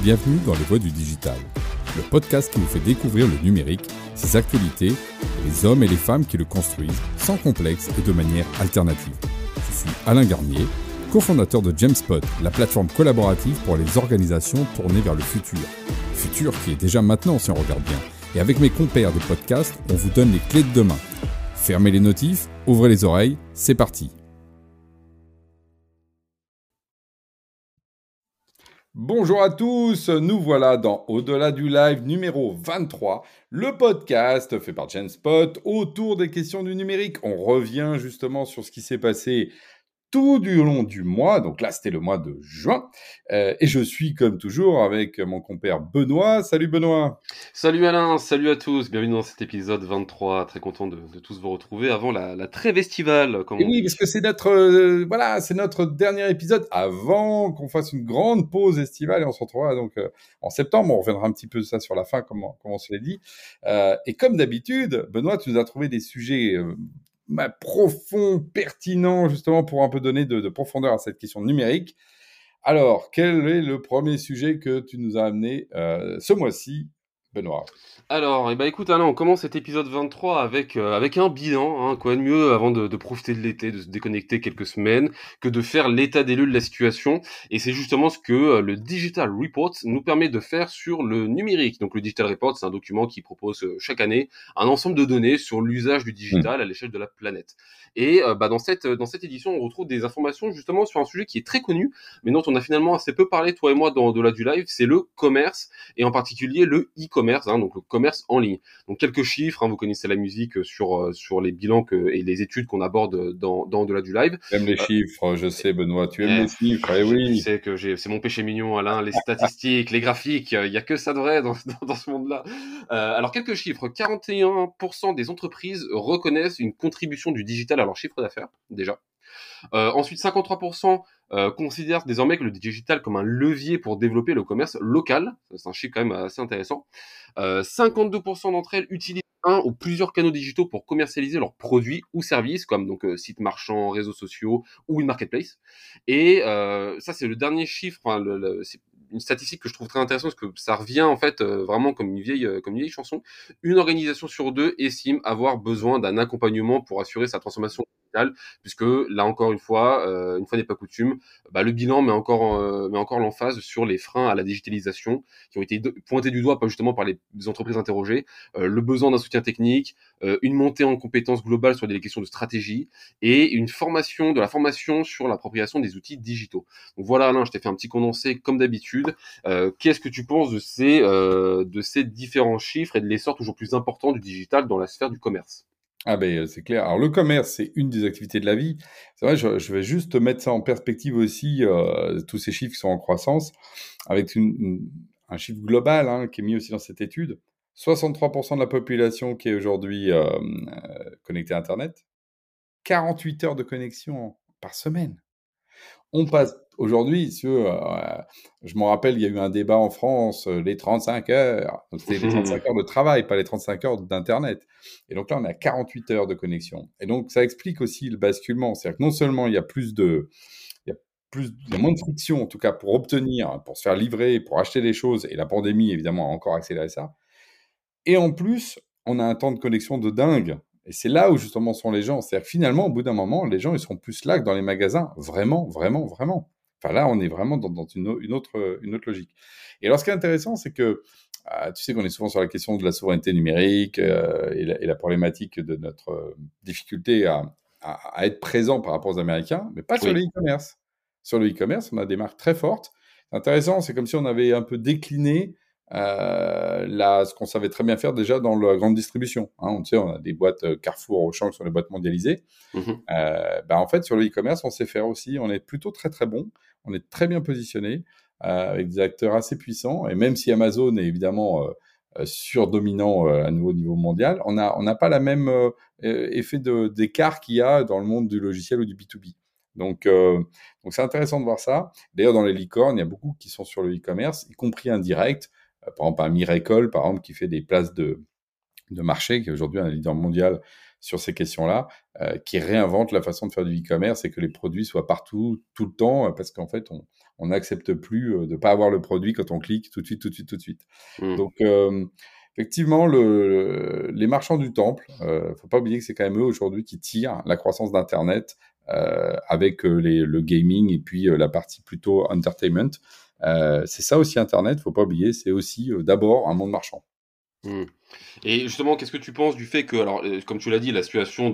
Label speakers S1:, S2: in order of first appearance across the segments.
S1: Bienvenue dans Les Voix du Digital, le podcast qui vous fait découvrir le numérique, ses actualités et les hommes et les femmes qui le construisent sans complexe et de manière alternative. Je suis Alain Garnier, cofondateur de Jamspot, la plateforme collaborative pour les organisations tournées vers le futur. Futur qui est déjà maintenant si on regarde bien. Et avec mes compères des podcasts, on vous donne les clés de demain. Fermez les notifs, ouvrez les oreilles, c'est parti. Bonjour à tous, nous voilà dans Au-delà du live numéro 23, le podcast fait par Jamspot autour des questions du numérique. On revient justement sur ce qui s'est passé tout du long du mois, donc là c'était le mois de juin, et je suis comme toujours avec mon compère Benoît. Salut Benoît.
S2: Salut Alain, salut à tous, bienvenue dans cet épisode 23, très content de tous vous retrouver avant la trêve estivale.
S1: Et oui, parce que c'est notre dernier épisode avant qu'on fasse une grande pause estivale et on se retrouvera donc en septembre. On reviendra un petit peu ça sur la fin, comme on se l'est dit. Et comme d'habitude, Benoît, tu nous as trouvé des sujets profonds, pertinents, justement pour un peu donner de profondeur à cette question numérique. Alors, quel est le premier sujet que tu nous as amené ce mois-ci, Benoît ?
S2: Alors, écoute Alain, on commence cet épisode 23 avec un bilan, hein, quoi de mieux avant de profiter de l'été, de se déconnecter quelques semaines, que de faire l'état des lieux de la situation. Et c'est justement ce que le Digital Report nous permet de faire sur le numérique. Donc le Digital Report, c'est un document qui propose chaque année un ensemble de données sur l'usage du digital à l'échelle de la planète. Et dans cette édition, on retrouve des informations justement sur un sujet qui est très connu, mais dont on a finalement assez peu parlé, toi et moi, dans Au-delà du live, c'est le commerce, et en particulier le e-commerce, hein, donc le commerce en ligne. Donc quelques chiffres, hein, vous connaissez la musique sur les bilans et les études qu'on aborde dans Au-delà du live.
S1: J'aime les chiffres, je sais Benoît, tu aimes les chiffres, eh oui.
S2: Tu sais que c'est mon péché mignon, Alain, les statistiques, les graphiques, il y a que ça de vrai dans ce monde-là. Alors quelques chiffres, 41% des entreprises reconnaissent une contribution du digital à leur chiffre d'affaires, déjà. Ensuite, 53% considèrent désormais que le digital comme un levier pour développer le commerce local. C'est un chiffre quand même assez intéressant. 52% d'entre elles utilisent un ou plusieurs canaux digitaux pour commercialiser leurs produits ou services, comme donc sites marchands, réseaux sociaux ou une marketplace. Et ça, c'est le dernier chiffre. Enfin, c'est une statistique que je trouve très intéressante parce que ça revient en fait vraiment comme une vieille chanson. Une organisation sur deux estime avoir besoin d'un accompagnement pour assurer sa transformation digitale, puisque là encore une fois n'est pas coutume, le bilan met encore l'emphase sur les freins à la digitalisation qui ont été pointés du doigt justement par les entreprises interrogées, le besoin d'un soutien technique, une montée en compétences globales sur des questions de stratégie et de la formation sur l'appropriation des outils digitaux. Donc voilà Alain, je t'ai fait un petit condensé comme d'habitude. Qu'est-ce que tu penses de ces différents chiffres et de l'essor toujours plus important du digital dans la sphère du commerce ?
S1: Ah ben c'est clair. Alors le commerce, c'est une des activités de la vie. C'est vrai, je vais juste mettre ça en perspective aussi, tous ces chiffres qui sont en croissance, avec un chiffre global hein, qui est mis aussi dans cette étude. 63% de la population qui est aujourd'hui connectée à Internet, 48 heures de connexion par semaine. On passe aujourd'hui je me rappelle, il y a eu un débat en France, les 35 heures. Donc, c'était les 35 heures de travail, pas les 35 heures d'Internet. Et donc là, on a 48 heures de connexion. Et donc, ça explique aussi le basculement. C'est-à-dire que non seulement il y a moins de friction, en tout cas, pour se faire livrer, pour acheter des choses. Et la pandémie, évidemment, a encore accéléré ça. Et en plus, on a un temps de connexion de dingue. Et c'est là où justement sont les gens. C'est-à-dire que finalement, au bout d'un moment, les gens, ils seront plus là que dans les magasins. Vraiment, vraiment, vraiment. Enfin là, on est vraiment dans une autre logique. Et alors, ce qui est intéressant, c'est que tu sais qu'on est souvent sur la question de la souveraineté numérique et la problématique de notre difficulté à être présent par rapport aux Américains, mais pas sur le e-commerce. Sur le e-commerce, on a des marques très fortes. C'est intéressant, c'est comme si on avait un peu décliné ce qu'on savait très bien faire déjà dans la grande distribution. Hein, on a des boîtes Carrefour, Auchan qui sont des boîtes mondialisées. En fait, sur le e-commerce, on sait faire aussi. On est plutôt très très bon. On est très bien positionné avec des acteurs assez puissants. Et même si Amazon est évidemment surdominant à nouveau niveau mondial, on n'a pas la même effet d'écart qu'il y a dans le monde du logiciel ou du B2B. Donc c'est intéressant de voir ça. D'ailleurs, dans les licornes, il y a beaucoup qui sont sur le e-commerce, y compris indirect. Par exemple, un Miracle, par exemple, qui fait des places de marché, qui est aujourd'hui un leader mondial sur ces questions-là, qui réinvente la façon de faire du e-commerce et que les produits soient partout, tout le temps, parce qu'en fait, on n'accepte plus de ne pas avoir le produit quand on clique tout de suite, tout de suite, tout de suite.
S2: Mm.
S1: Donc, effectivement, les marchands du temple, faut pas oublier que c'est quand même eux aujourd'hui qui tirent la croissance d'Internet avec le gaming et puis la partie plutôt entertainment. C'est ça aussi Internet, faut pas oublier, c'est aussi d'abord un monde marchand.
S2: Mm. Et justement, qu'est-ce que tu penses du fait que, alors, comme tu l'as dit, la situation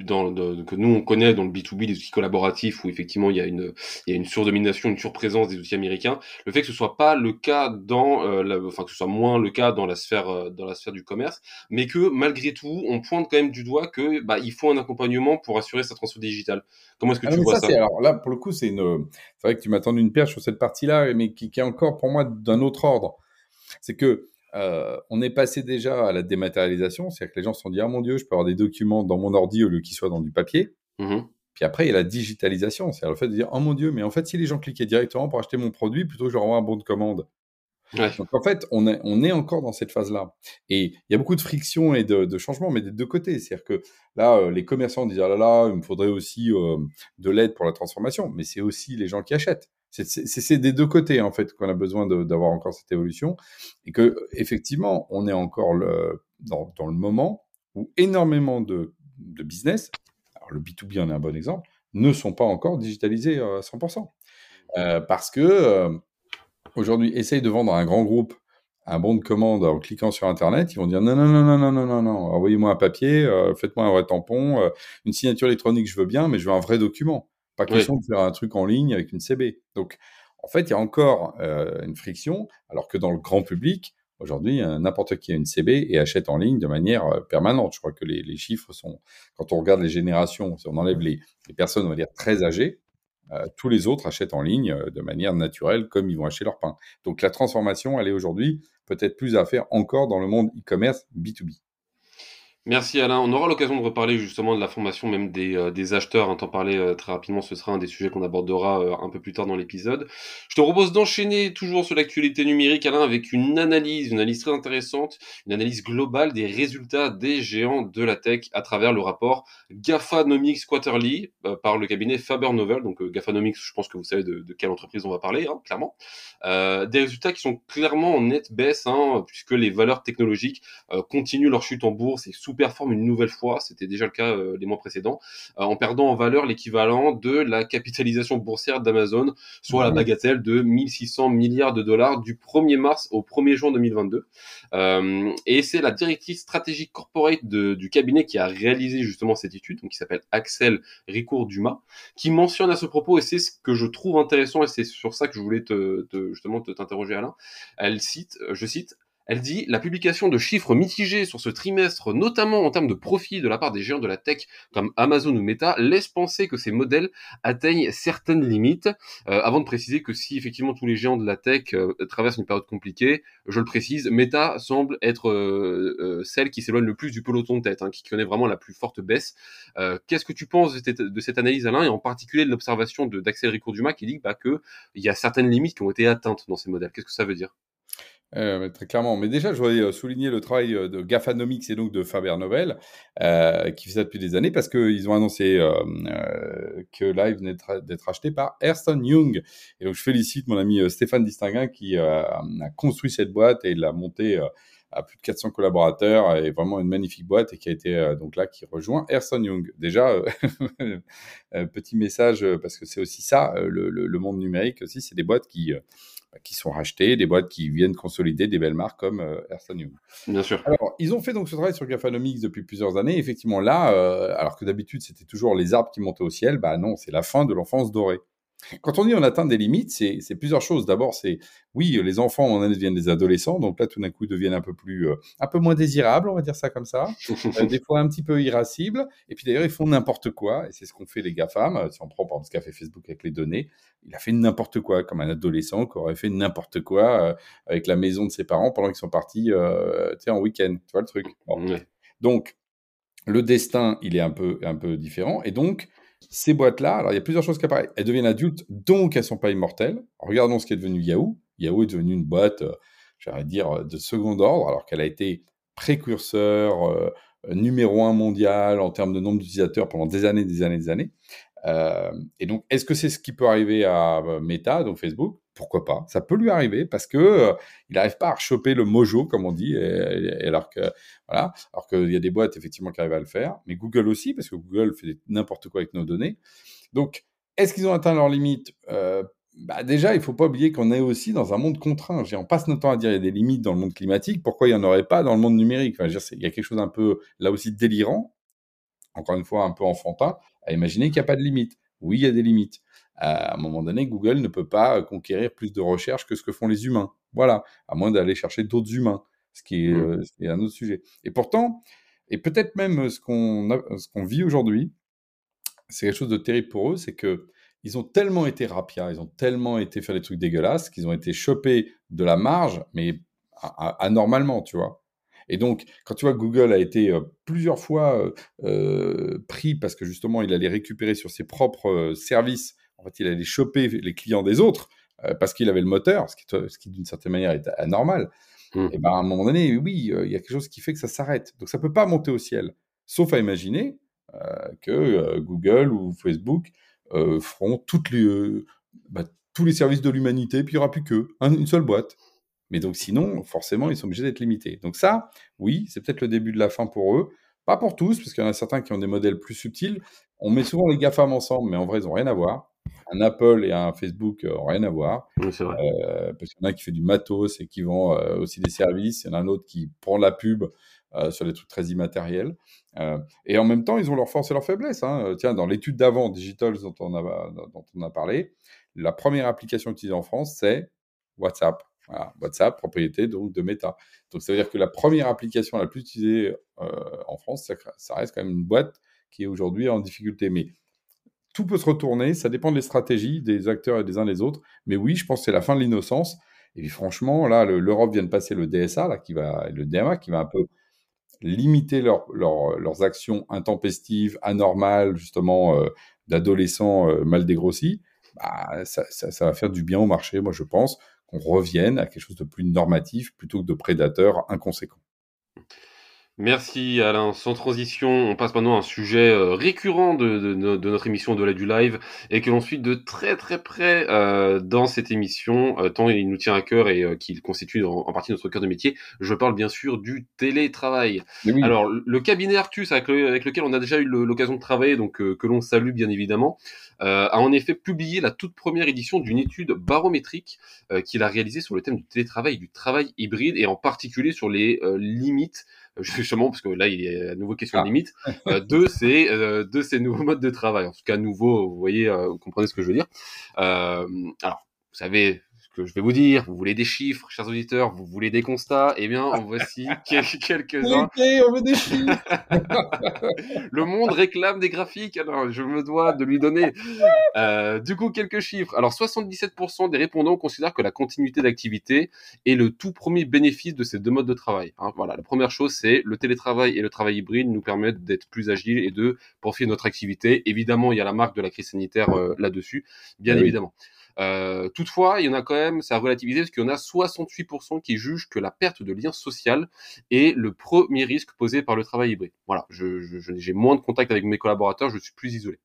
S2: que nous on connaît dans le B2B, les outils collaboratifs, où effectivement il y a une surdomination, une surprésence des outils américains, le fait que ce soit pas le cas enfin que ce soit moins le cas dans la sphère du commerce, mais que malgré tout, on pointe quand même du doigt que bah il faut un accompagnement pour assurer sa transformation digitale. Comment est-ce que
S1: Ah non,
S2: tu
S1: mais
S2: vois
S1: ça,
S2: ça?
S1: alors là, pour le coup, c'est vrai que tu m'as tendu une perche sur cette partie-là, mais qui est encore pour moi d'un autre ordre. C'est que on est passé déjà à la dématérialisation, c'est-à-dire que les gens se sont dit, ah mon Dieu, je peux avoir des documents dans mon ordi au lieu qu'ils soient dans du papier.
S2: Mhm.
S1: Puis après, il y a la digitalisation, c'est-à-dire le fait de dire, oh mon Dieu, mais en fait, si les gens cliquaient directement pour acheter mon produit, plutôt que je leur envoie un bon de commande.
S2: Ouais.
S1: Donc en fait, on est encore dans cette phase-là. Et il y a beaucoup de friction et de changements, mais des deux côtés. C'est-à-dire que là, les commerçants disent, ah là là, il me faudrait aussi de l'aide pour la transformation, mais c'est aussi les gens qui achètent. C'est des deux côtés, en fait, qu'on a besoin d'avoir encore cette évolution. Et que, effectivement, on est encore dans le moment où énormément de business, alors le B2B en est un bon exemple, ne sont pas encore digitalisés à 100%. Parce que aujourd'hui, essaye de vendre à un grand groupe un bon de commande en cliquant sur Internet, ils vont dire non, non, non, non, non, non, non, non, envoyez-moi un papier, faites-moi un vrai tampon, une signature électronique, je veux bien, mais je veux un vrai document. Pas
S2: Ouais.
S1: question de faire un truc en ligne avec une CB. Donc, en fait, il y a encore une friction, alors que dans le grand public, aujourd'hui, n'importe qui a une CB et achète en ligne de manière permanente. Je crois que les chiffres sont, quand on regarde les générations, si on enlève les personnes, on va dire, très âgées, tous les autres achètent en ligne de manière naturelle comme ils vont acheter leur pain. Donc la transformation, elle est aujourd'hui peut-être plus à faire encore dans le monde e-commerce B2B.
S2: Merci Alain. On aura l'occasion de reparler justement de la formation même des acheteurs. Hein. T'en parlais très rapidement, ce sera un des sujets qu'on abordera un peu plus tard dans l'épisode. Je te propose d'enchaîner toujours sur l'actualité numérique, Alain, avec une analyse très intéressante, une analyse globale des résultats des géants de la tech à travers le rapport GAFAnomics Quarterly par le cabinet Faber Novel. Donc GAFAnomics, je pense que vous savez de quelle entreprise on va parler, hein, clairement. Des résultats qui sont clairement en nette baisse, hein, puisque les valeurs technologiques continuent leur chute en bourse et sous-performent une nouvelle fois, c'était déjà le cas les mois précédents, en perdant en valeur l'équivalent de la capitalisation boursière d'Amazon, soit la
S1: Ouais.
S2: bagatelle de 1600 milliards de dollars du 1er mars au 1er juin 2022. Et c'est la directrice stratégique corporate du cabinet qui a réalisé justement cette étude, donc qui s'appelle Axel Ricoeur-Dumas, qui mentionne à ce propos, et c'est ce que je trouve intéressant, et c'est sur ça que je voulais justement t'interroger Alain, elle cite, je cite, elle dit « La publication de chiffres mitigés sur ce trimestre, notamment en termes de profit de la part des géants de la tech comme Amazon ou Meta, laisse penser que ces modèles atteignent certaines limites. Avant de préciser que si effectivement tous les géants de la tech traversent une période compliquée, je le précise, Meta semble être celle qui s'éloigne le plus du peloton de tête, hein, qui connaît vraiment la plus forte baisse. Qu'est-ce que tu penses de cette analyse, Alain, et en particulier de l'observation d'Axel Ricoeur-Dumas qui dit qu'il y a certaines limites qui ont été atteintes dans ces modèles. Qu'est-ce que ça veut dire?
S1: Très clairement. Mais déjà, je voudrais souligner le travail de Gafanomics et donc de Faber Novel, qui fait ça depuis des années, parce qu'ils ont annoncé que là, ils venaient d'être achetés par Ernst Young. Et donc, je félicite mon ami Stéphane Distinguin qui a construit cette boîte et l'a montée à plus de 400 collaborateurs, et vraiment une magnifique boîte, et qui a été donc là, qui rejoint Ernst Young. Déjà, petit message, parce que c'est aussi ça, le monde numérique aussi, c'est des boîtes qui sont rachetées, des boîtes qui viennent consolider des belles marques comme Ernst Young.
S2: Bien sûr.
S1: Alors, ils ont fait donc ce travail sur Gafanomics depuis plusieurs années. Effectivement, là, alors que d'habitude, c'était toujours les arbres qui montaient au ciel, bah non, c'est la fin de l'enfance dorée. Quand on dit on atteint des limites, c'est plusieurs choses. D'abord, c'est oui, les enfants en année deviennent des adolescents, donc là tout d'un coup ils deviennent un peu moins désirables, on va dire ça comme ça. Des fois un petit peu irascibles. Et puis d'ailleurs ils font n'importe quoi, et c'est ce qu'ont fait les GAFAM. Si on prend par exemple ce qu'a fait Facebook avec les données, il a fait n'importe quoi, comme un adolescent qui aurait fait n'importe quoi avec la maison de ses parents pendant qu'ils sont partis, en week-end. Tu vois le truc. Bon.
S2: Ouais.
S1: Donc le destin, il est un peu différent, et donc ces boîtes-là, alors il y a plusieurs choses qui apparaissent. Elles deviennent adultes, donc elles ne sont pas immortelles. Regardons ce qui est devenu Yahoo. Yahoo est devenu une boîte, j'allais dire, de second ordre, alors qu'elle a été précurseur numéro un mondial en termes de nombre d'utilisateurs pendant des années, des années, des années. Et donc, est-ce que c'est ce qui peut arriver à Meta, donc Facebook? Pourquoi pas? Ça peut lui arriver parce que il n'arrive pas à choper le mojo, comme on dit, et alors que voilà, alors qu'il y a des boîtes effectivement qui arrivent à le faire, mais Google aussi, parce que Google fait n'importe quoi avec nos données. Donc, est-ce qu'ils ont atteint leurs limites? Bah déjà, il ne faut pas oublier qu'on est aussi dans un monde contraint. On passe notre temps à dire qu'il y a des limites dans le monde climatique. Pourquoi il n'y en aurait pas dans le monde numérique? Enfin, il y a quelque chose un peu, là aussi, délirant, encore une fois, un peu enfantin, à imaginer qu'il n'y a pas de limites. Oui, il y a des limites. À un moment donné, Google ne peut pas conquérir plus de recherches que ce que font les humains. Voilà, à moins d'aller chercher d'autres humains, ce qui est un autre sujet. Et pourtant, et peut-être même ce qu'on vit aujourd'hui, c'est quelque chose de terrible pour eux, c'est que ils ont tellement été rapias, ils ont tellement été faire des trucs dégueulasses qu'ils ont été chopés de la marge, mais anormalement, tu vois. Et donc, quand tu vois que Google a été plusieurs fois pris parce que justement, il allait récupérer sur ses propres services, en fait, il allait choper les clients des autres parce qu'il avait le moteur, ce qui d'une certaine manière est anormal. Et ben à un moment donné, oui, il y a quelque chose qui fait que ça s'arrête. Donc ça peut pas monter au ciel, sauf à imaginer que Google ou Facebook feront bah, tous les services de l'humanité, puis il n'y aura plus qu'eux, une seule boîte. Mais donc sinon, forcément, ils sont obligés d'être limités. Donc ça, oui, c'est peut-être le début de la fin pour eux. Pas pour tous, parce qu'il y en a certains qui ont des modèles plus subtils. On met souvent les GAFAM ensemble, mais en vrai, ils n'ont rien à voir. Un Apple et un Facebook n'ont rien à voir.
S2: Oui, c'est vrai.
S1: Parce qu'il y en a qui fait du matos et qui vend aussi des services. Il y en a un autre qui prend la pub sur des trucs très immatériels. Et en même temps, ils ont leurs forces et leurs faiblesses. Hein. Tiens, dans l'étude d'avant, Digital, dont on a parlé, la première application utilisée en France, c'est WhatsApp. Voilà, WhatsApp, propriété donc de Meta. Donc ça veut dire que la première application la plus utilisée en France, ça reste quand même une boîte qui est aujourd'hui en difficulté. Mais tout peut se retourner, ça dépend des stratégies des acteurs et des uns des autres. Mais oui, je pense que c'est la fin de l'innocence. Et puis franchement, là, l'Europe vient de passer le DSA, là, le DMA, qui va un peu limiter leurs actions intempestives, anormales, justement, d'adolescents mal dégrossis. Bah, ça va faire du bien au marché, moi je pense, qu'on revienne à quelque chose de plus normatif plutôt que de prédateurs inconséquents.
S2: Merci Alain. Sans transition, on passe maintenant à un sujet récurrent de notre émission de du live et que l'on suit de très très près dans cette émission, tant il nous tient à cœur et qu'il constitue en partie notre cœur de métier. Je parle bien sûr du télétravail.
S1: Mais oui,
S2: Alors, le cabinet Artus avec lequel on a déjà eu l'occasion de travailler, donc que l'on salue bien évidemment, a en effet publié la toute première édition d'une étude barométrique qu'il a réalisée sur le thème du télétravail et du travail hybride et en particulier sur les limites justement, parce que là, il est à nouveau question de
S1: ah,
S2: limite, de ces nouveaux modes de travail. En tout cas, nouveau, vous voyez, vous comprenez ce que je veux dire. Alors, vous savez ce que je vais vous dire, vous voulez des chiffres, chers auditeurs, vous voulez des constats, eh bien, en voici quelques-uns.
S1: l'été, on veut des chiffres.
S2: Le monde réclame des graphiques, alors je me dois de lui donner. Du coup, quelques chiffres. Alors, 77% des répondants considèrent que la continuité d'activité est le tout premier bénéfice de ces deux modes de travail. Hein, voilà, la première chose, c'est le télétravail et le travail hybride nous permettent d'être plus agiles et de poursuivre notre activité. Évidemment, il y a la marque de la crise sanitaire là-dessus, bien
S1: Eh oui.
S2: évidemment. Toutefois, il y en a quand même, c'est à relativiser, parce qu'il y en a 68% qui jugent que la perte de lien social est le premier risque posé par le travail hybride. Voilà, j'ai moins de contact avec mes collaborateurs, je suis plus isolé.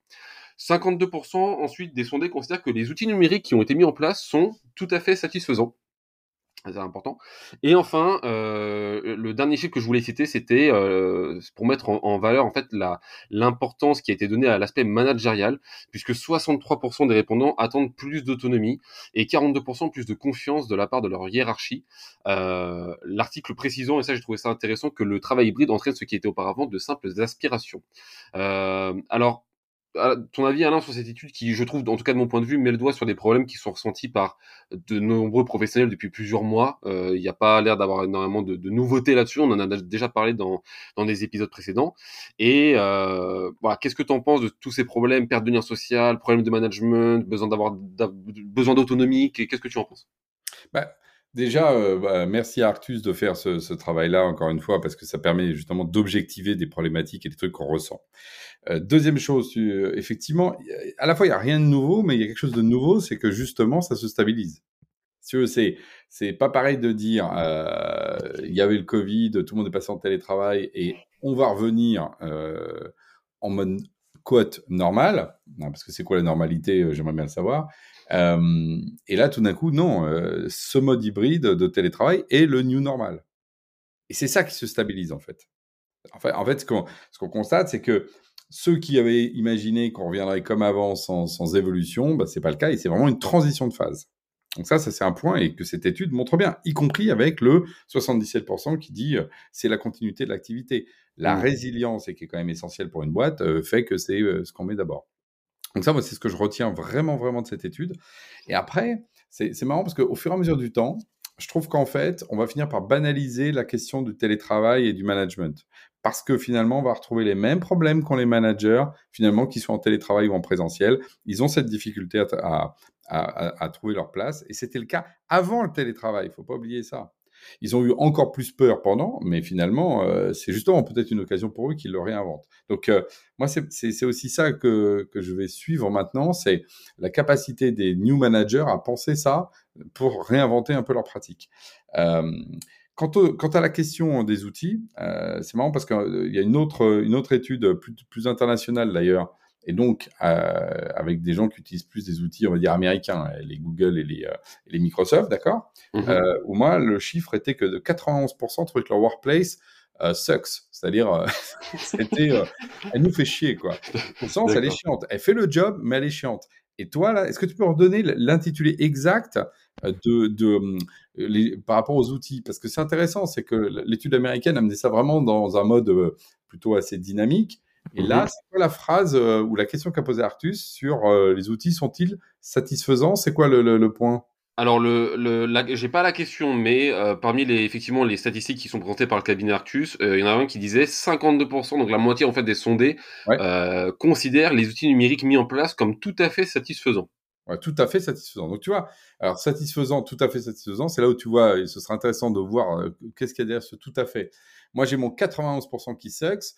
S2: 52% ensuite des sondés considèrent que les outils numériques qui ont été mis en place sont tout à fait satisfaisants. C'est important. Et enfin, le dernier chiffre que je voulais citer, c'était pour mettre en valeur en fait l'importance qui a été donnée à l'aspect managérial, puisque 63% des répondants attendent plus d'autonomie et 42% plus de confiance de la part de leur hiérarchie. L'article précisant, et ça j'ai trouvé ça intéressant, que le travail hybride entraîne ce qui était auparavant de simples aspirations. Alors, ton avis, Alain, sur cette étude qui, je trouve, en tout cas de mon point de vue, met le doigt sur des problèmes qui sont ressentis par de nombreux professionnels depuis plusieurs mois. Il n'y a pas l'air d'avoir énormément de nouveautés là-dessus. On en a déjà parlé dans des épisodes précédents. Et voilà, qu'est-ce que tu en penses de tous ces problèmes, perte de lien social, problème de management, besoin d'autonomie, qu'est-ce que tu en penses?
S1: Bah, déjà, merci à Arctus de faire ce travail-là, encore une fois, parce que ça permet justement d'objectiver des problématiques et des trucs qu'on ressent. Deuxième chose, effectivement, à la fois, il n'y a rien de nouveau, mais il y a quelque chose de nouveau, c'est que justement, ça se stabilise. Si tu veux, c'est pas pareil de dire il y avait le Covid, tout le monde est passé en télétravail et on va revenir en mode quote normal, parce que c'est quoi la normalité, j'aimerais bien le savoir. Et là, tout d'un coup, non, ce mode hybride de télétravail est le new normal. Et c'est ça qui se stabilise, en fait. En fait, ce qu'on constate, c'est que ceux qui avaient imaginé qu'on reviendrait comme avant sans évolution, bah, c'est pas le cas et c'est vraiment une transition de phase. Donc ça c'est un point et que cette étude montre bien, y compris avec le 77% qui dit c'est la continuité de l'activité. La résilience, et qui est quand même essentielle pour une boîte, fait que c'est ce qu'on met d'abord. Donc ça, moi, c'est ce que je retiens vraiment, vraiment de cette étude. Et après, c'est marrant parce qu'au fur et à mesure du temps, je trouve qu'en fait, on va finir par banaliser la question du télétravail et du management. Parce que finalement, on va retrouver les mêmes problèmes qu'ont les managers, finalement, qui sont en télétravail ou en présentiel. Ils ont cette difficulté à trouver leur place. Et c'était le cas avant le télétravail. Il ne faut pas oublier ça. Ils ont eu encore plus peur pendant, mais finalement, c'est justement peut-être une occasion pour eux qu'ils le réinventent. Donc, moi, c'est aussi ça que je vais suivre maintenant, c'est la capacité des new managers à penser ça pour réinventer un peu leur pratique. Quant à la question des outils, c'est marrant parce qu'il y a une autre étude plus internationale d'ailleurs, et donc avec des gens qui utilisent plus des outils, on va dire américains, les Google et les Microsoft, d'accord, où moi, le chiffre était que de 91% trouvaient que leur workplace sucks, c'est-à-dire elle nous fait chier, quoi. Au sens, elle est chiante. Elle fait le job, mais elle est chiante. Et toi, là, est-ce que tu peux redonner l'intitulé exact par rapport aux outils? Parce que c'est intéressant, c'est que l'étude américaine a mené ça vraiment dans un mode plutôt assez dynamique. Et là, c'est quoi la phrase ou la question qu'a posée Artus sur les outils sont-ils satisfaisants? C'est quoi le point?
S2: Alors, j'ai pas la question, mais parmi effectivement, les statistiques qui sont présentées par le cabinet Arcus, il y en a un qui disait 52%, donc la moitié en fait des sondés,
S1: Ouais.
S2: considèrent les outils numériques mis en place comme tout à fait satisfaisants.
S1: Ouais, tout à fait satisfaisant. Donc, tu vois, alors satisfaisant, tout à fait satisfaisant, c'est là où tu vois, et ce sera intéressant de voir qu'est-ce qu'il y a derrière ce tout à fait. Moi, j'ai mon 91% qui sexe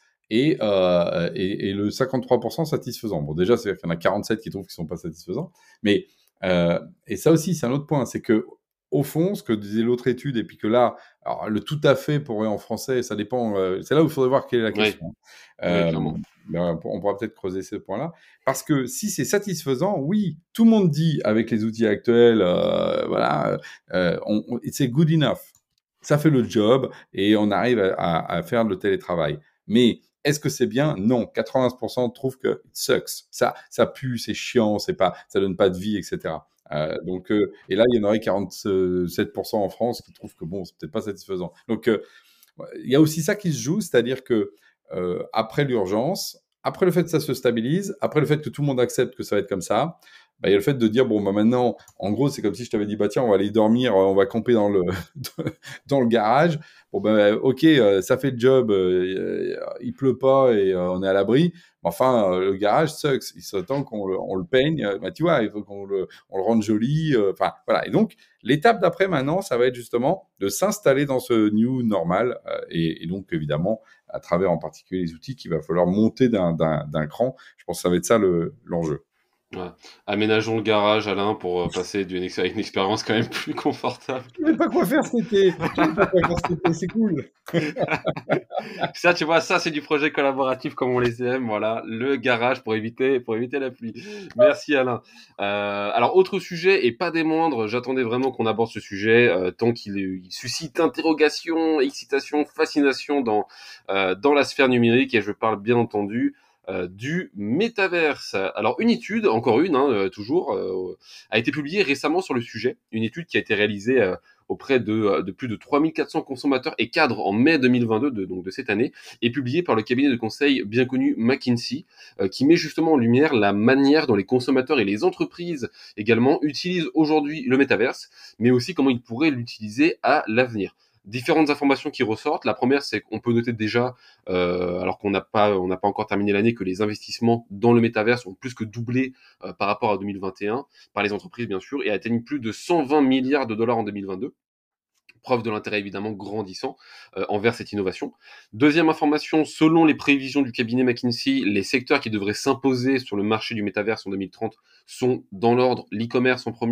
S1: et le 53% satisfaisant. Bon, déjà, c'est-à-dire qu'il y en a 47 qui trouvent qu'ils ne sont pas satisfaisants. Mais, et ça aussi, c'est un autre point, c'est que au fond, ce que disait l'autre étude, et puis que là, alors, le tout à fait pour en français, ça dépend, c'est là où il faudrait voir quelle est la
S2: Oui,
S1: question.
S2: oui,
S1: Euh,
S2: clairement.
S1: ben, on pourra peut-être creuser ce point-là. Parce que si c'est satisfaisant, oui, tout le monde dit avec les outils actuels, voilà, c'est good enough. Ça fait le job et on arrive à faire le télétravail. Mais est-ce que c'est bien? Non. 80% trouvent que it sucks. Ça pue, c'est chiant, ça donne pas de vie, etc. Et là, il y en aurait 47% en France qui trouvent que bon, c'est peut-être pas satisfaisant. Donc, il y a aussi ça qui se joue, c'est-à-dire que après l'urgence, après le fait que ça se stabilise, après le fait que tout le monde accepte que ça va être comme ça, bah, il y a le fait de dire bon bah maintenant, en gros, c'est comme si je t'avais dit bah tiens, on va aller dormir, on va camper dans le dans le garage. Bon ben ok, ça fait le job, il pleut pas et on est à l'abri. Mais enfin, le garage sucks. Il s'attend on le peigne. Bah, tu vois, il faut on le rende joli. Enfin voilà. Et donc l'étape d'après maintenant, ça va être justement de s'installer dans ce new normal et donc évidemment à travers en particulier les outils qu'il va falloir monter d'un cran. Je pense que ça va être ça l'enjeu.
S2: Ouais. Aménageons le garage, Alain, pour passer à une expérience quand même plus confortable.
S1: Je sais pas quoi faire cet été. Je sais pas quoi faire cet été. C'est cool.
S2: Ça, tu vois, ça, c'est du projet collaboratif comme on les aime. Voilà, le garage pour éviter la pluie. Merci, Alain. Alors, autre sujet et pas des moindres. J'attendais vraiment qu'on aborde ce sujet tant il suscite interrogation, excitation, fascination dans la sphère numérique. Et je parle bien entendu du métaverse. Alors, une étude, encore une, hein, toujours, a été publiée récemment sur le sujet. Une étude qui a été réalisée auprès de plus de 3400 consommateurs et cadres en mai 2022, donc de cette année, et publié par le cabinet de conseil bien connu McKinsey, qui met justement en lumière la manière dont les consommateurs et les entreprises également utilisent aujourd'hui le métaverse, mais aussi comment ils pourraient l'utiliser à l'avenir. Différentes informations qui ressortent. La première, c'est qu'on peut noter déjà, alors qu'on n'a pas encore terminé l'année, que les investissements dans le métaverse ont plus que doublé par rapport à 2021, par les entreprises bien sûr, et atteignent plus de 120 milliards de dollars en 2022. Preuve de l'intérêt évidemment grandissant envers cette innovation. Deuxième information, selon les prévisions du cabinet McKinsey, les secteurs qui devraient s'imposer sur le marché du métaverse en 2030 sont dans l'ordre l'e-commerce en premier,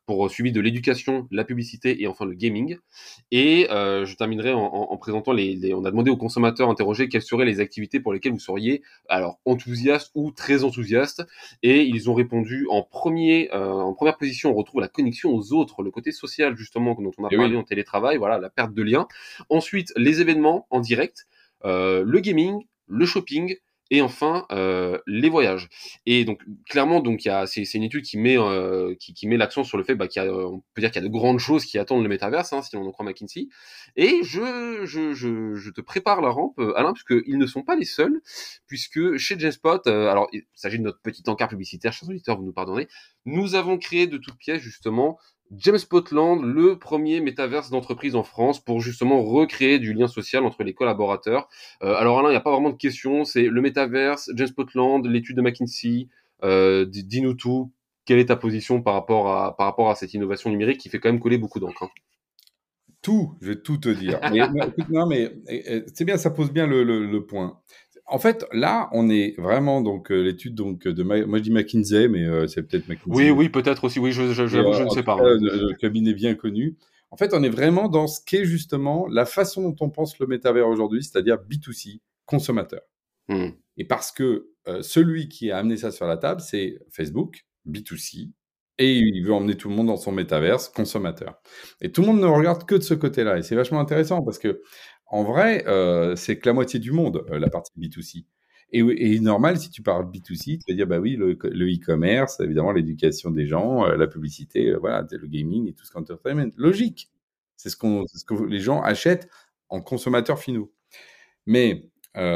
S2: pour suivi de l'éducation, la publicité et enfin le gaming. Et je terminerai en présentant on a demandé aux consommateurs interrogés quelles seraient les activités pour lesquelles vous seriez alors enthousiaste ou très enthousiaste. Et ils ont répondu en première position, on retrouve la connexion aux autres, le côté social justement dont on a
S1: Et
S2: parlé
S1: oui,
S2: en télétravail, voilà, la perte de lien. Ensuite, les événements en direct, le gaming, le shopping et enfin les voyages. Et donc clairement, donc c'est une étude qui met l'accent sur le fait qu'il y a, on peut dire qu'il y a de grandes choses qui attendent le métaverse, hein, si on en croit McKinsey. Et je te prépare la rampe, Alain, puisque ils ne sont pas les seuls, puisque chez Genspot, alors il s'agit de notre petit encart publicitaire, chers auditeurs, vous nous pardonnez, nous avons créé de toutes pièces justement James Spotland, le premier métaverse d'entreprise en France pour justement recréer du lien social entre les collaborateurs. Alors Alain, il n'y a pas vraiment de question, c'est le métaverse, James Spotland, l'étude de McKinsey, dis-nous tout. Quelle est ta position par rapport à cette innovation numérique qui fait quand même couler beaucoup d'encre, hein?
S1: tout, je vais tout te dire. Mais non, écoute, non, mais c'est bien, ça pose bien le point. En fait, là, on est vraiment donc l'étude donc moi je dis McKinsey, mais c'est peut-être
S2: Oui,
S1: McKinsey.
S2: oui, peut-être aussi. Oui,
S1: Et,
S2: j'avoue, je ne
S1: en
S2: sais
S1: tout
S2: pas,
S1: cas,
S2: hein.
S1: le cabinet bien connu. En fait, on est vraiment dans ce qu'est justement la façon dont on pense le métavers aujourd'hui, c'est-à-dire B2C, consommateur.
S2: Hmm.
S1: Et parce que celui qui a amené ça sur la table, c'est Facebook, B2C, et il veut emmener tout le monde dans son métaverse, consommateur. Et tout le monde ne regarde que de ce côté-là. Et c'est vachement intéressant parce que, en vrai, c'est que la moitié du monde, la partie B2C. Et normal, si tu parles B2C, tu vas dire, bah oui, le e-commerce, évidemment, l'éducation des gens, la publicité, voilà, le gaming et tout ce qu'entertainment. Logique. C'est ce que les gens achètent en consommateurs finaux. Mais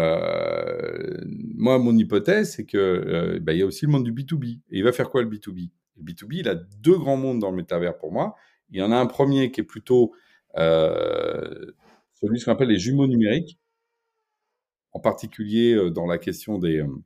S1: moi, mon hypothèse, c'est que bah, il y a aussi le monde du B2B. Et il va faire quoi le B2B? Le B2B, il a deux grands mondes dans le métavers pour moi. Il y en a un premier qui est plutôt celui qu'on appelle les jumeaux numériques, en particulier dans la question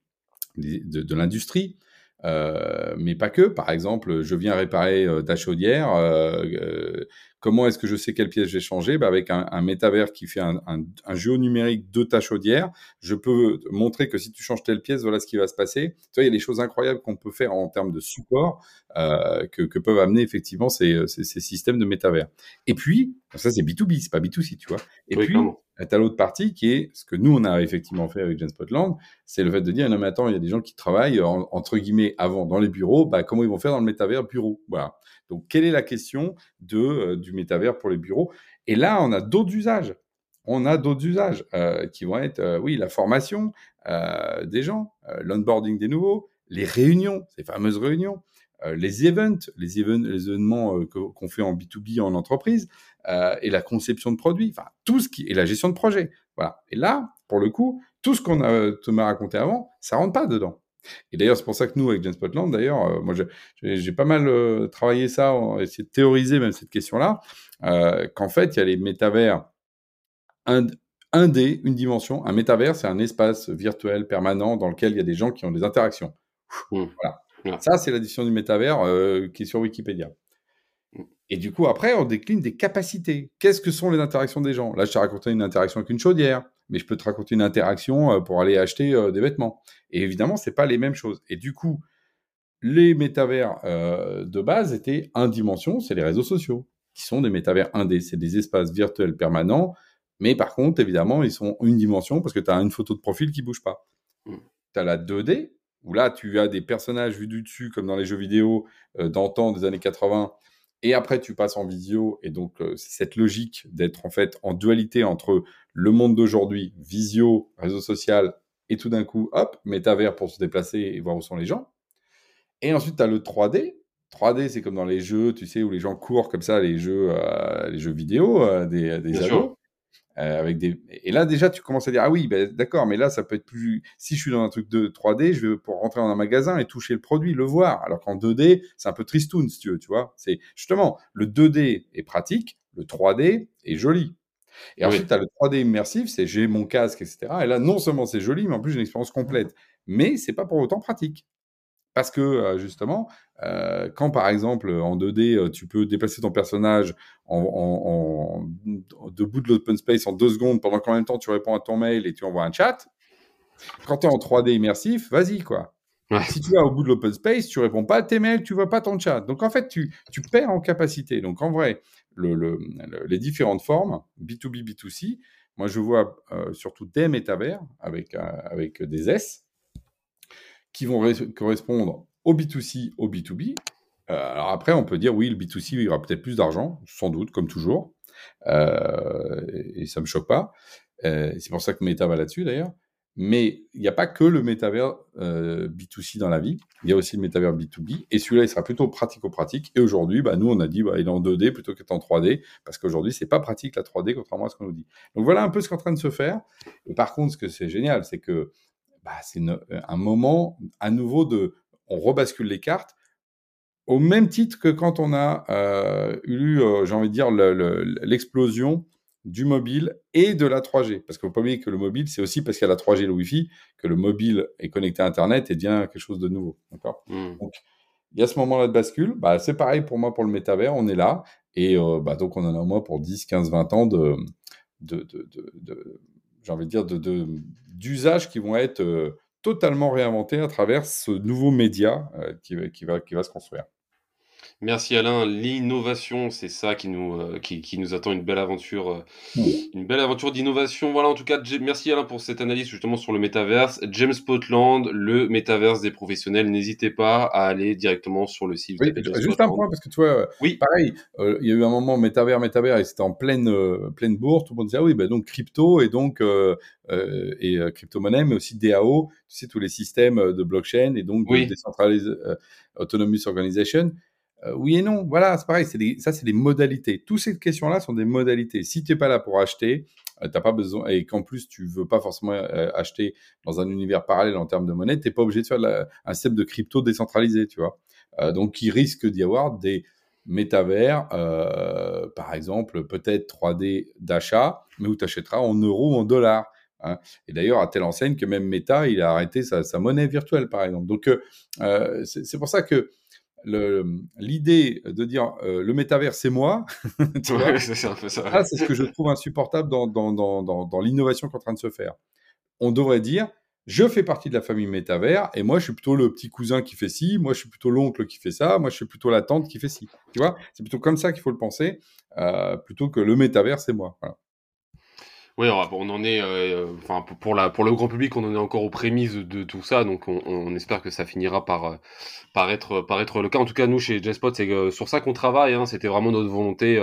S1: de l'industrie, mais pas que. Par exemple, je viens réparer ta chaudière. Comment est-ce que je sais quelle pièce j'ai changé? Bah, avec un métavers qui fait un géonumérique de ta chaudière, je peux montrer que si tu changes telle pièce, voilà ce qui va se passer. Tu vois, il y a des choses incroyables qu'on peut faire en termes de support que peuvent amener effectivement ces systèmes de métavers. Et puis, ça c'est B2B, c'est pas B2C, tu vois. Et
S2: Oui,
S1: puis,
S2: clairement.
S1: tu as l'autre partie qui est ce que nous, on a effectivement fait avec Genspotland, c'est le fait de dire, non mais attends, il y a des gens qui travaillent, entre guillemets, avant dans les bureaux, bah, comment ils vont faire dans le métavers bureau? Voilà. Donc, quelle est la question du métavers pour les bureaux? Et là, on a d'autres usages. On a d'autres usages qui vont être, oui, la formation des gens, l'onboarding des nouveaux, les réunions, ces fameuses réunions, les événements qu'on fait en B2B en entreprise, et la conception de produits, enfin, tout ce qui, et la gestion de projet. Voilà. Et là, pour le coup, tout ce te m'a raconté avant, ça rentre pas dedans. Et d'ailleurs, c'est pour ça que nous, avec Genspotland, d'ailleurs, moi, j'ai pas mal travaillé ça, essayé de théoriser même cette question-là, qu'en fait, il y a les métavers un, un D, une dimension. Un métavers, c'est un espace virtuel permanent dans lequel il y a des gens qui ont des interactions.
S2: Hmm.
S1: Voilà.
S2: Voilà.
S1: Ça, c'est la définition du métavers qui est sur Wikipédia.
S2: Hmm.
S1: Et du coup, après, on décline des capacités. Qu'est-ce que sont les interactions des gens? Là, je t'ai raconté une interaction avec une chaudière, mais je peux te raconter une interaction pour aller acheter des vêtements. Et évidemment, c'est pas les mêmes choses. Et du coup, les métavers de base étaient un dimension, c'est les réseaux sociaux, qui sont des métavers 1D. C'est des espaces virtuels permanents, mais par contre, évidemment, ils sont une dimension parce que tu as une photo de profil qui bouge pas.
S2: Hmm.
S1: Tu as la 2D, où là, tu as des personnages vus du dessus, comme dans les jeux vidéo d'antan des années 80, et après, tu passes en visio, et donc c'est cette logique d'être en fait en dualité entre le monde d'aujourd'hui, visio, réseau social, et tout d'un coup, hop, métavers pour se déplacer et voir où sont les gens. Et ensuite, tu as le 3D. 3D, c'est comme dans les jeux, tu sais, où les gens courent comme ça, les jeux vidéo des
S2: Bien
S1: ados.
S2: sûr.
S1: Et là, déjà, tu commences à dire, ah oui, ben, d'accord, mais là, ça peut être plus. Si je suis dans un truc de 3D, je vais pour rentrer dans un magasin et toucher le produit, le voir. Alors qu'en 2D, c'est un peu tristoun, si tu veux, tu vois. C'est justement, le 2D est pratique, le 3D est joli. Et ensuite,
S2: Oui.
S1: tu as le 3D immersif, c'est j'ai mon casque, etc. Et là, non seulement c'est joli, mais en plus, j'ai une expérience complète. Mais c'est pas pour autant pratique. Parce que justement, quand par exemple en 2D, tu peux déplacer ton personnage de bout de l'open space en 2 secondes, pendant qu'en même temps tu réponds à ton mail et tu envoies un chat, quand tu es en 3D immersif, vas-y quoi.
S2: Ouais.
S1: Si tu vas au bout de l'open space, tu réponds pas à tes mails, tu vois pas ton chat. Donc en fait, tu perds en capacité. Donc en vrai, les différentes formes, B2B, B2C, moi je vois surtout des métavers avec des S qui vont correspondre au B2C, au B2B. Alors après, on peut dire oui, le B2C, il y aura peut-être plus d'argent, sans doute, comme toujours. Et ça me choque pas. C'est pour ça que Meta va là-dessus d'ailleurs. Mais il n'y a pas que le métavers B2C dans la vie. Il y a aussi le métavers B2B. Et celui-là, il sera plutôt pratico-pratique. Et aujourd'hui, nous, on a dit il est en 2D plutôt qu'être en 3D. Parce qu'aujourd'hui, c'est pas pratique la 3D, contrairement à ce qu'on nous dit. Donc voilà un peu ce qui est en train de se faire. Et par contre, ce que c'est génial, c'est que c'est un moment à nouveau on rebascule les cartes au même titre que quand on a eu, j'ai envie de dire, l'explosion du mobile et de la 3G. Parce qu'il ne faut pas oublier que le mobile, c'est aussi parce qu'il y a la 3G et le Wi-Fi que le mobile est connecté à Internet et devient quelque chose de nouveau. D'accord. Donc, il y a ce moment-là de bascule. C'est pareil pour moi pour le métavers, on est là. Et donc, on en a au moins pour 10, 15, 20 ans j'ai envie de dire, d'usages qui vont être totalement réinventés à travers ce nouveau média qui va se construire.
S2: Merci Alain. L'innovation, c'est ça qui nous attend, une belle aventure d'innovation. Voilà, en tout cas, merci Alain pour cette analyse justement sur le métaverse. James Spotland, le métaverse des professionnels. N'hésitez pas à aller directement sur le site. Vous
S1: Oui,
S2: tapez James
S1: juste un
S2: Spotland.
S1: point, parce que tu vois,
S2: Oui,
S1: pareil, il y a eu un moment métavers, et c'était en pleine bourse. Tout le monde disait, ah oui, donc crypto et donc crypto-monnaie, mais aussi DAO, tu sais, tous les systèmes de blockchain et donc de
S2: oui.
S1: Decentralized Autonomous Organization. Oui et non, voilà, c'est pareil, ça c'est des modalités. Toutes ces questions-là sont des modalités. Si tu n'es pas là pour acheter, t'as pas besoin, et qu'en plus tu veux pas forcément acheter dans un univers parallèle en termes de monnaie, t'es pas obligé de faire un système de crypto décentralisé, tu vois. Donc il risque d'y avoir des métavers, par exemple, peut-être 3D d'achat, mais où tu achèteras en euros ou en dollars. Hein. Et d'ailleurs, à telle enseigne que même Meta, il a arrêté sa monnaie virtuelle, par exemple. Donc, c'est pour ça que l'idée de dire le métavers, c'est moi, tu vois,
S2: Ouais, c'est un peu ça.
S1: ça, c'est ce que je trouve insupportable dans l'innovation qui est en train de se faire. On devrait dire, je fais partie de la famille métavers, et moi, je suis plutôt le petit cousin qui fait ci, moi, je suis plutôt l'oncle qui fait ça, moi, je suis plutôt la tante qui fait ci. Tu vois, c'est plutôt comme ça qu'il faut le penser, plutôt que le métavers, c'est moi. Voilà.
S2: Oui, on en est, enfin pour le grand public, on en est encore aux prémices de tout ça, donc on espère que ça finira par être le cas. En tout cas, nous chez JSpot, c'est sur ça qu'on travaille. Hein. C'était vraiment notre volonté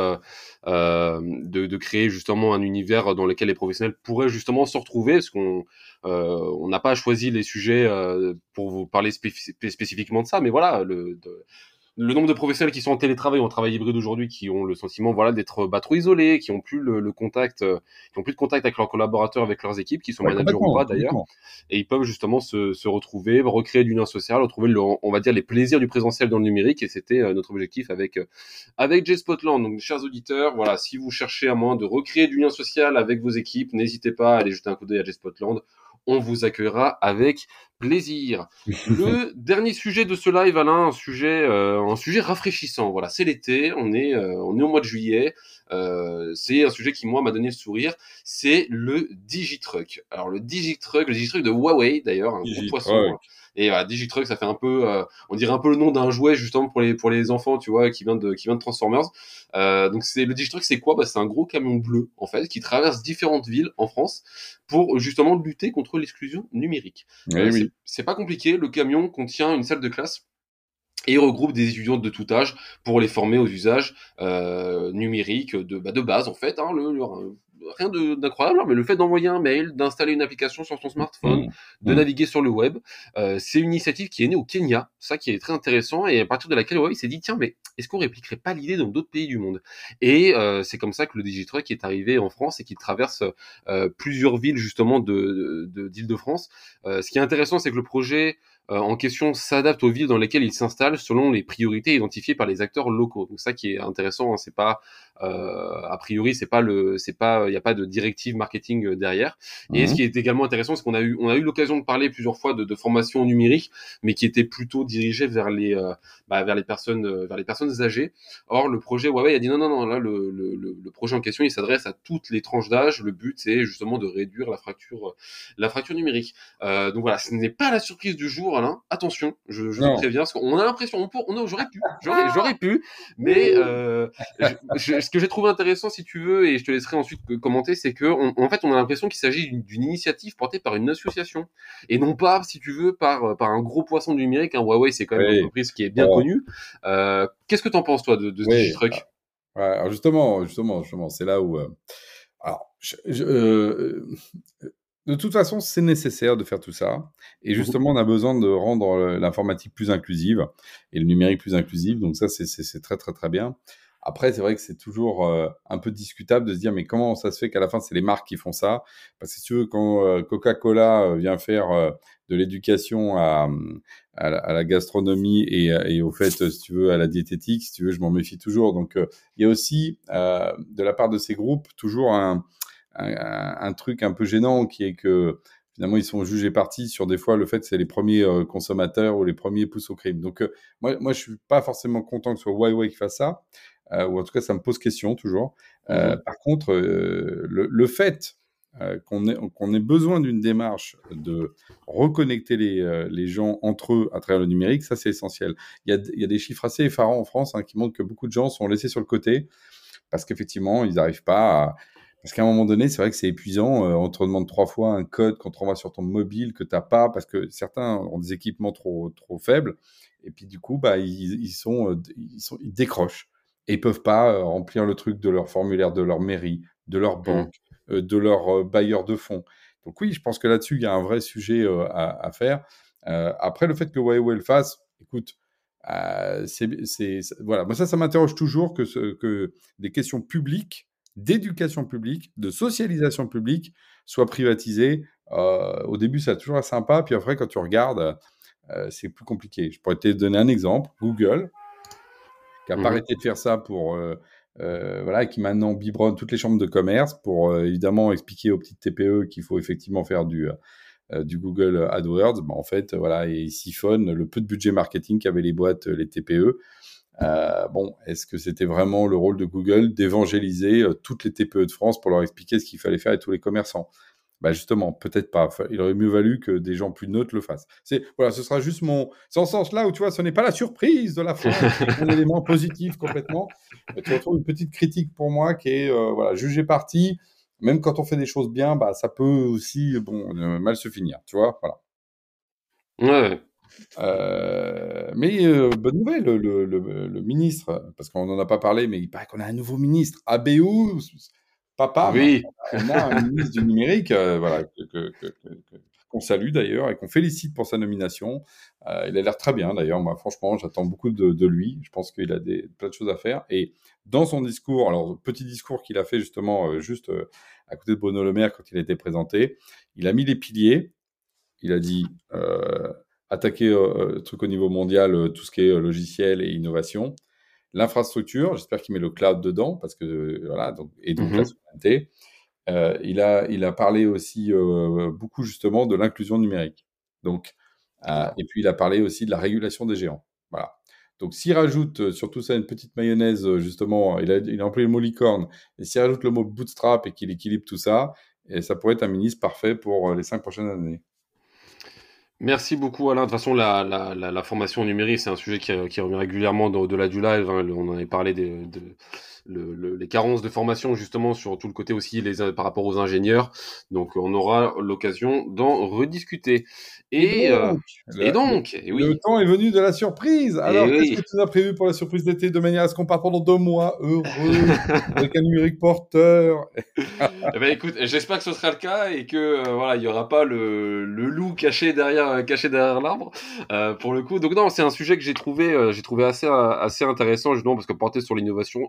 S2: de créer justement un univers dans lequel les professionnels pourraient justement se retrouver, parce on n'a pas choisi les sujets pour vous parler spécifiquement de ça, mais voilà, le nombre de professionnels qui sont en télétravail ou en travail hybride aujourd'hui, qui ont le sentiment d'être trop isolés, qui ont plus le contact, qui ont plus de contact avec leurs collaborateurs, avec leurs équipes, qui sont
S1: Ouais,
S2: managers ou
S1: complètement,
S2: pas d'ailleurs,
S1: complètement.
S2: et ils peuvent justement se retrouver, recréer du lien social, retrouver on va dire les plaisirs du présentiel dans le numérique, et c'était notre objectif avec JSpotland. Donc chers auditeurs, voilà, si vous cherchez un moyen de recréer du lien social avec vos équipes, n'hésitez pas à aller jeter un coup d'œil à JSpotland. On vous accueillera avec plaisir. Le dernier sujet de ce live, Alain, un sujet rafraîchissant. Voilà, c'est l'été, on est au mois de juillet. C'est un sujet qui moi m'a donné le sourire. C'est le Digitruck. Alors le Digitruck de Huawei d'ailleurs, un gros poisson.
S1: Ouais.
S2: Hein. Et voilà, Digitruck, ça fait un peu, on dirait un peu le nom d'un jouet justement pour les enfants, tu vois, qui vient de Transformers. Donc le Digitruck, c'est quoi ? C'est un gros camion bleu en fait qui traverse différentes villes en France pour justement lutter contre l'exclusion numérique.
S1: Eh oui.
S2: C'est pas compliqué, le camion contient une salle de classe et regroupe des étudiants de tout âge pour les former aux usages numériques de base en fait. Hein, rien d'incroyable, hein, mais le fait d'envoyer un mail, d'installer une application sur son smartphone, de naviguer sur le web, c'est une initiative qui est née au Kenya, ça qui est très intéressant, et à partir de laquelle Huawei s'est dit tiens, mais est-ce qu'on répliquerait pas l'idée dans d'autres pays du monde ? Et c'est comme ça que le Digitruck est arrivé en France et qu'il traverse plusieurs villes justement d'Île-de-France. Ce qui est intéressant, c'est que le projet en question s'adapte aux villes dans lesquelles il s'installe selon les priorités identifiées par les acteurs locaux. Donc ça qui est intéressant, hein, c'est pas A priori, il y a pas de directive marketing derrière. Et ce
S1: Mmh.
S2: qui est également intéressant, c'est on a eu l'occasion de parler plusieurs fois de formation numérique, mais qui était plutôt dirigée vers les personnes âgées. Or, le projet Huawei a dit non, non, non, là, le projet en question, il s'adresse à toutes les tranches d'âge. Le but, c'est justement de réduire la fracture numérique. Donc voilà, ce n'est pas la surprise du jour, Alain. Attention, je te
S1: Non.
S2: préviens, parce qu'on a l'impression, j'aurais pu, mais ce que j'ai trouvé intéressant, si tu veux, et je te laisserai ensuite commenter, c'est que en fait, on a l'impression qu'il s'agit d'une initiative portée par une association, et non pas, si tu veux, par un gros poisson du numérique. Hein. Huawei, c'est quand même une
S1: Oui.
S2: entreprise qui est bien
S1: Bon,
S2: connue. Qu'est-ce que t'en penses, toi, de ce
S1: oui.
S2: Digitruck?
S1: Ouais, alors justement, c'est là où, alors, de toute façon, c'est nécessaire de faire tout ça. Et
S2: Mhm,
S1: justement, on a besoin de rendre l'informatique plus inclusive et le numérique plus inclusif. Donc ça, c'est très, très, très bien. Après, c'est vrai que c'est toujours un peu discutable de se dire, mais comment ça se fait qu'à la fin, c'est les marques qui font ça? Parce que si tu veux, quand Coca-Cola vient faire de l'éducation à la gastronomie et au fait, si tu veux, à la diététique, si tu veux, je m'en méfie toujours. Donc, il y a aussi, de la part de ces groupes, toujours un truc un peu gênant qui est que finalement ils sont jugés partis sur des fois le fait que c'est les premiers consommateurs ou les premiers poussent au crime. Donc moi je suis pas forcément content que ce soit Huawei qui fasse ça, ou en tout cas ça me pose question toujours.
S2: mhm.
S1: Par contre, le fait qu'on ait besoin d'une démarche de reconnecter les gens entre eux à travers le numérique, ça c'est essentiel. Il y a des chiffres assez effarants en France qui montrent que beaucoup de gens sont laissés sur le côté parce qu'effectivement, ils n'arrivent pas à... Parce qu'à un moment donné, c'est vrai que c'est épuisant. On te demande 3 fois un code qu'on te renvoie sur ton mobile que tu n'as pas, parce que certains ont des équipements trop faibles. Et puis du coup, bah, ils décrochent. Et ils peuvent pas remplir le truc de leur formulaire, de leur mairie, de leur
S2: Mhm.
S1: banque, de leur bailleur de fonds. Donc oui, je pense que là-dessus, il y a un vrai sujet à faire. Après, le fait que Huawei le fasse, écoute, voilà. Moi, ça m'interroge toujours que des questions publiques, d'éducation publique, de socialisation publique soient privatisées. Au début, c'est toujours sympa, puis après, quand tu regardes, c'est plus compliqué. Je pourrais te donner un exemple. Google, qui n'a pas
S2: Mhm.
S1: arrêté de faire ça pour... voilà, qui maintenant biberonne toutes les chambres de commerce pour évidemment expliquer aux petites TPE qu'il faut effectivement faire du Google AdWords, bah, en fait, voilà, et ils siphonnent le peu de budget marketing qu'avaient les boîtes, les TPE. Bon, est-ce que c'était vraiment le rôle de Google d'évangéliser toutes les TPE de France pour leur expliquer ce qu'il fallait faire et tous les commerçants? Bah justement, peut-être pas. Il aurait mieux valu que des gens plus neutres le fassent. Voilà, ce sera juste c'est en ce sens-là où tu vois, ce n'est pas la surprise de la fin, c'est un élément positif complètement. Tu retrouves une petite critique pour moi qui est voilà, juger parti. Même quand on fait des choses bien, bah ça peut aussi bon mal se finir, tu vois. Voilà.
S2: Ouais, ouais.
S1: Mais bonne nouvelle, le ministre, parce qu'on n'en a pas parlé, mais il paraît qu'on a un nouveau ministre. Abéou, papam,
S2: Oui.
S1: on a un ministre du numérique, voilà, qu'on salue d'ailleurs et qu'on félicite pour sa nomination. Il a l'air très bien d'ailleurs. Moi, franchement, j'attends beaucoup de lui. Je pense qu'il a plein de choses à faire. Et dans son discours, alors petit discours qu'il a fait justement, juste à côté de Bruno Le Maire quand il a été présenté, il a mis les piliers. Il a dit attaquer le truc au niveau mondial, tout ce qui est logiciel et innovation. L'infrastructure, j'espère qu'il met le cloud dedans, parce que voilà, donc la
S2: Mhm.
S1: souveraineté. Il a parlé aussi beaucoup justement de l'inclusion numérique. Donc,
S2: D'accord.
S1: et puis il a parlé aussi de la régulation des géants. Voilà. Donc s'il rajoute sur tout ça une petite mayonnaise, justement, il a employé le mot licorne, et s'il rajoute le mot bootstrap et qu'il équilibre tout ça, et ça pourrait être un ministre parfait pour les 5 prochaines années.
S2: Merci beaucoup Alain. De toute façon, la formation numérique, c'est un sujet qui revient régulièrement au-delà du live. Hein. On en avait parlé les carences de formation justement sur tout le côté aussi par rapport aux ingénieurs. Donc on aura l'occasion d'en rediscuter.
S1: Et
S2: Et, euh,
S1: donc,
S2: et donc, et
S1: le
S2: oui,
S1: temps est venu de la surprise.
S2: et
S1: Alors, qu'est-ce
S2: oui.
S1: que tu as prévu pour la surprise d'été de manière à ce qu'on parte pendant 2 mois heureux avec un numérique porteur?
S2: Eh ben écoute, j'espère que ce sera le cas et que voilà, il y aura pas le loup caché derrière l'arbre pour le coup. Donc non, c'est un sujet que j'ai trouvé assez intéressant justement parce que porté sur l'innovation et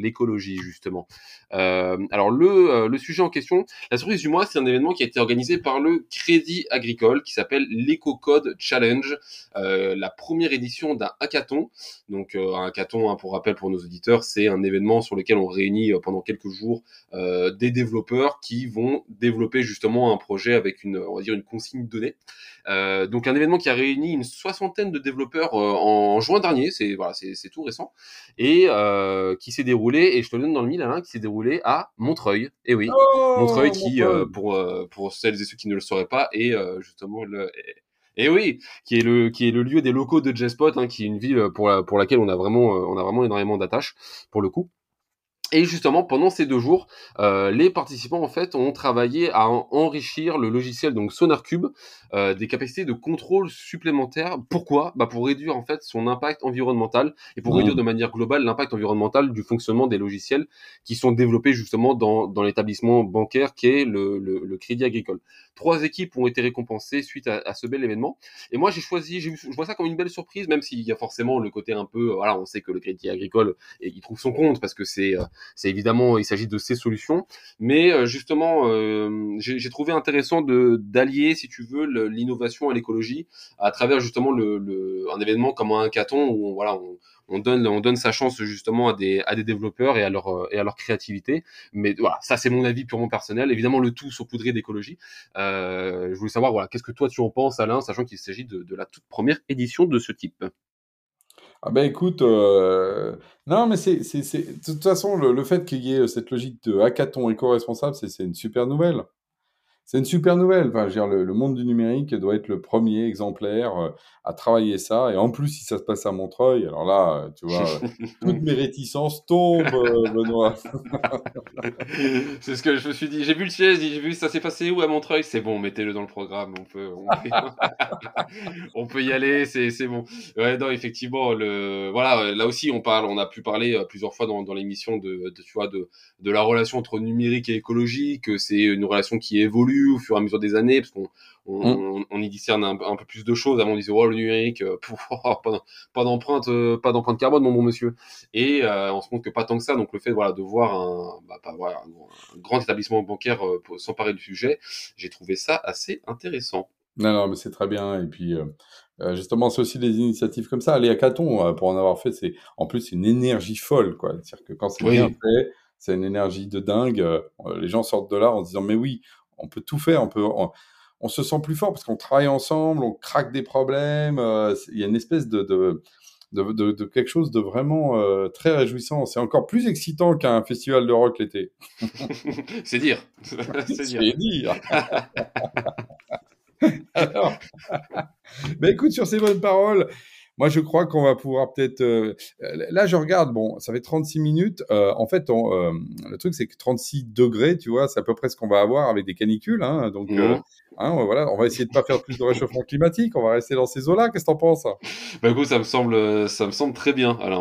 S2: l'écologie justement. Alors le sujet en question, la surprise du mois, c'est un événement qui a été organisé par le Crédit Agricole qui s'appelle l'EcoCode Challenge, la première édition d'un hackathon. Donc un hackathon, hein, pour rappel pour nos auditeurs, c'est un événement sur lequel on réunit pendant quelques jours des développeurs qui vont développer justement un projet avec on va dire une consigne donnée. Donc un événement qui a réuni une soixantaine de développeurs en juin dernier, c'est tout récent, et qui s'est déroulé, et je te le donne dans le mille, Alain, qui s'est déroulé à Montreuil. Et oui, Montreuil
S1: Oh, mon
S2: qui,
S1: Paul.
S2: pour celles et ceux qui ne le sauraient pas, est justement et oui, qui est le lieu des locaux de J-Spot, hein, qui est une ville pour laquelle on a vraiment énormément d'attaches pour le coup. Et justement, pendant ces 2 jours, les participants en fait ont travaillé à enrichir le logiciel donc SonarCube des capacités de contrôle supplémentaires. Pourquoi ? Pour réduire en fait son impact environnemental et pour réduire de manière globale l'impact environnemental du fonctionnement des logiciels qui sont développés justement dans l'établissement bancaire qu'est le Crédit Agricole. 3 équipes ont été récompensées suite à ce bel événement. Et moi, je vois ça comme une belle surprise, même s'il y a forcément le côté un peu, voilà, on sait que le Crédit Agricole, il trouve son compte parce que c'est évidemment, il s'agit de ces solutions, mais justement, j'ai trouvé intéressant d'allier, si tu veux, l'innovation à l'écologie à travers justement un événement comme un hackathon où on donne sa chance justement à des développeurs et à leur créativité. Mais voilà, ça c'est mon avis purement personnel. Évidemment, le tout saupoudré d'écologie. Je voulais savoir, voilà, qu'est-ce que toi tu en penses, Alain, sachant qu'il s'agit de la toute première édition de ce type.
S1: Ah ben écoute, non mais de toute façon, le fait qu'il y ait cette logique de hackathon éco-responsable, c'est une super nouvelle. C'est une super nouvelle. Enfin, je veux dire, le monde du numérique doit être le premier exemplaire à travailler ça. Et en plus, si ça se passe à Montreuil, alors là, tu vois, toutes mes réticences tombent, Benoît.
S2: C'est ce que je me suis dit. J'ai vu le siège, j'ai vu ça s'est passé où à Montreuil. C'est bon, mettez-le dans le programme. On peut y aller. C'est bon. Ouais, non, effectivement, voilà, là aussi, on a pu parler plusieurs fois dans l'émission tu vois, de la relation entre numérique et écologie, que c'est une relation qui évolue au fur et à mesure des années, parce qu'on
S1: Hum.
S2: on y discerne un peu plus de choses. Avant, on disait, oh, le numérique, pas d'empreinte carbone, mon bon monsieur. Et on se rend compte que pas tant que ça. Donc le fait de voir un grand établissement bancaire s'emparer du sujet, j'ai trouvé ça assez intéressant.
S1: Non, non, mais c'est très bien. Et puis, justement, c'est aussi des initiatives comme ça. Les hackathons, pour en avoir fait, en plus, c'est une énergie folle, quoi. C'est-à-dire que quand c'est bien
S2: Oui.
S1: fait, c'est une énergie de dingue. Les gens sortent de là en se disant, mais oui, on peut tout faire. On se sent plus fort parce qu'on travaille ensemble, on craque des problèmes. Il y a une espèce de quelque chose de vraiment très réjouissant. C'est encore plus excitant qu'un festival de rock l'été.
S2: C'est dire. C'est dire.
S1: C'est dire. Alors, ben écoute, sur ces bonnes paroles, moi je crois qu'on va pouvoir peut-être. Là, je regarde, bon, ça fait 36 minutes. En fait, le truc, c'est que 36 degrés, tu vois, c'est à peu près ce qu'on va avoir avec des canicules. Hein, donc,
S2: Mmh.
S1: hein, voilà, on va essayer de pas faire plus de réchauffement climatique. On va rester dans ces eaux-là. Qu'est-ce que t'en penses?
S2: Écoute, ça me semble très bien. Alors,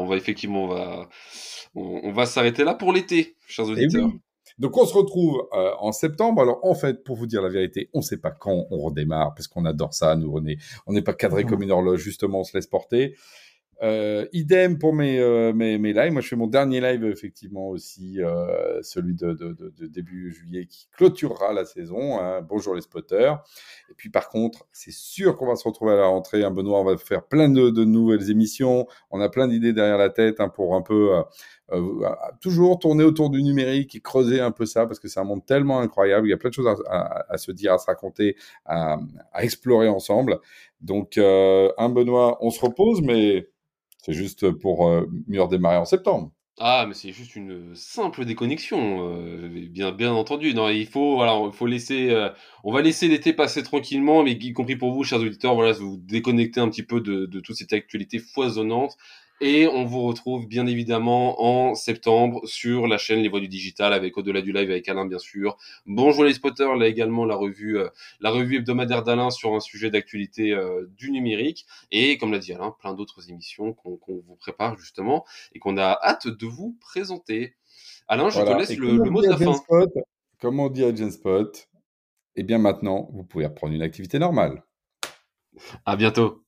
S2: on va s'arrêter là pour l'été, chers
S1: Eh
S2: auditeurs.
S1: oui. Donc, on se retrouve en septembre. Alors, en fait, pour vous dire la vérité, on ne sait pas quand on redémarre parce qu'on adore ça. Nous, on n'est pas cadré comme une horloge. Justement, on se laisse porter. Idem pour mes lives. Moi, je fais mon dernier live, effectivement, aussi, celui de début juillet qui clôturera la saison. Hein. Bonjour les spotters. Et puis, par contre, c'est sûr qu'on va se retrouver à la rentrée. Hein, Benoît, on va faire plein de nouvelles émissions. On a plein d'idées derrière la tête hein, pour un peu toujours tourner autour du numérique et creuser un peu ça parce que c'est un monde tellement incroyable. Il y a plein de choses à se dire, à se raconter, à explorer ensemble. Donc, Benoît, on se repose, mais c'est juste pour mieux redémarrer en septembre.
S2: Ah, mais c'est juste une simple déconnexion, bien entendu. Non, il faut laisser, on va laisser l'été passer tranquillement, mais y compris pour vous, chers auditeurs, voilà, vous déconnecter un petit peu de toute cette actualité foisonnante. Et on vous retrouve bien évidemment en septembre sur la chaîne Les Voix du Digital avec Au-delà du live avec Alain, bien sûr. Bonjour les spotters, là également la revue hebdomadaire d'Alain sur un sujet d'actualité du numérique. Et comme l'a dit Alain, plein d'autres émissions qu'on vous prépare justement et qu'on a hâte de vous présenter. Alain, je te
S1: Voilà.
S2: laisse
S1: Et comme on
S2: le mot
S1: dit
S2: de
S1: à
S2: la fin.
S1: Genspot, comme on dit à Genspot, eh bien maintenant, vous pouvez reprendre une activité normale.
S2: À bientôt.